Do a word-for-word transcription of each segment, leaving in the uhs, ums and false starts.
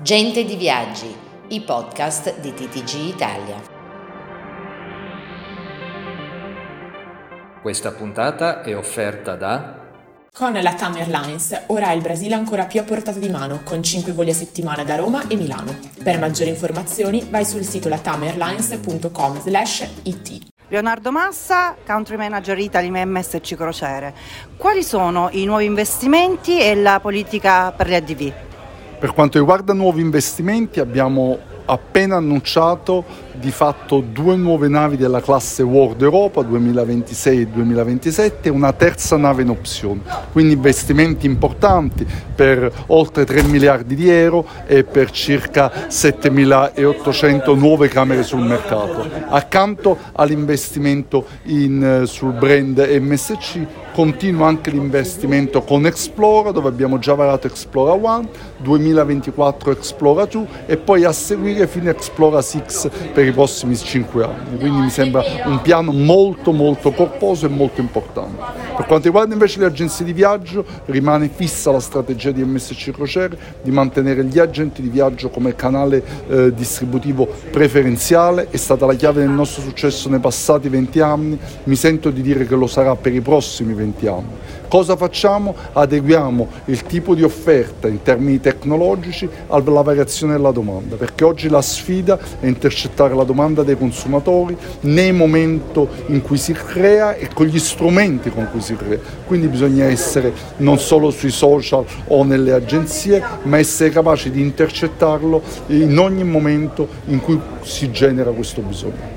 Gente di Viaggi, i podcast di T T G Italia. Questa puntata è offerta da... Con la TAM Airlines, ora il Brasile ancora più a portata di mano, con cinque voli a settimana da Roma e Milano. Per maggiori informazioni vai sul sito latamerlines punto com slash it. Leonardo Massa, Country Manager Italy M S C Crociere. Quali sono i nuovi investimenti e la politica per le A D V? Per quanto riguarda nuovi investimenti, abbiamo appena annunciato di fatto due nuove navi della classe World Europa duemilaventisei e duemilaventisette e una terza nave in opzione, quindi investimenti importanti per oltre tre miliardi di euro e per circa settemilaottocento nuove camere sul mercato. Accanto all'investimento in, sul brand M S C continua anche l'investimento con Explora, dove abbiamo già varato Explora uno, duemilaventiquattro Explora due e poi a seguire fino a Explora sei per i prossimi cinque anni. Quindi mi sembra un piano molto molto corposo e molto importante. Per quanto riguarda invece le agenzie di viaggio, rimane fissa la strategia di M S C Crociere di mantenere gli agenti di viaggio come canale eh, distributivo preferenziale. È stata la chiave del nostro successo nei passati venti anni, mi sento di dire che lo sarà per i prossimi venti anni. Cosa facciamo? Adeguiamo il tipo di offerta in termini tecnologici alla variazione della domanda, perché oggi la sfida è intercettare la domanda dei consumatori nel momento in cui si crea e con gli strumenti con cui si crea. Quindi bisogna essere non solo sui social o nelle agenzie, ma essere capaci di intercettarlo in ogni momento in cui si genera questo bisogno.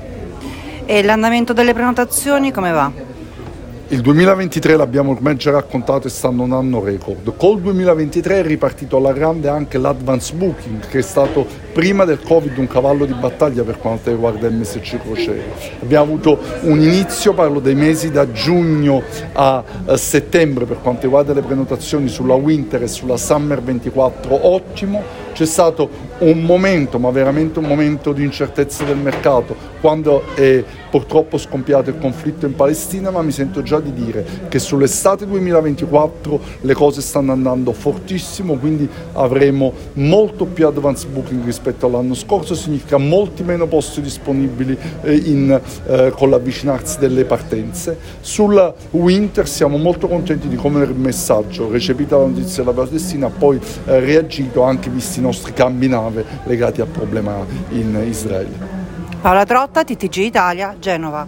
E l'andamento delle prenotazioni come va? Il duemilaventitré l'abbiamo ormai già raccontato, è stato un anno record. Col duemilaventitré è ripartito alla grande anche l'advance booking, che è stato prima del Covid un cavallo di battaglia per quanto riguarda M S C Crociere. Abbiamo avuto un inizio, parlo dei mesi da giugno a, a settembre per quanto riguarda le prenotazioni sulla Winter e sulla Summer ventiquattro, ottimo. C'è stato un momento, ma veramente un momento di incertezza del mercato, quando è purtroppo scoppiato il conflitto in Palestina, ma mi sento già di dire che sull'estate duemilaventiquattro le cose stanno andando fortissimo, quindi avremo molto più advance booking rispetto all'anno scorso, significa molti meno posti disponibili eh, in, eh, con l'avvicinarsi delle partenze. Sulla Winter siamo molto contenti di come il messaggio, recepita la notizia della Palestina, ha poi eh, reagito anche visti i nostri cambi nave legati al problema in Israele. Paola Trotta, T T G Italia, Genova.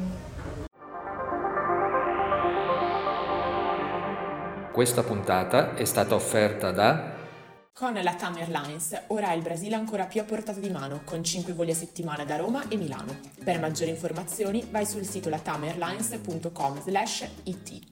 Questa puntata è stata offerta da... Con la TAM Airlines, ora il Brasile ancora più a portata di mano, con cinque voli a settimana da Roma e Milano. Per maggiori informazioni vai sul sito latamerlines punto com slash it.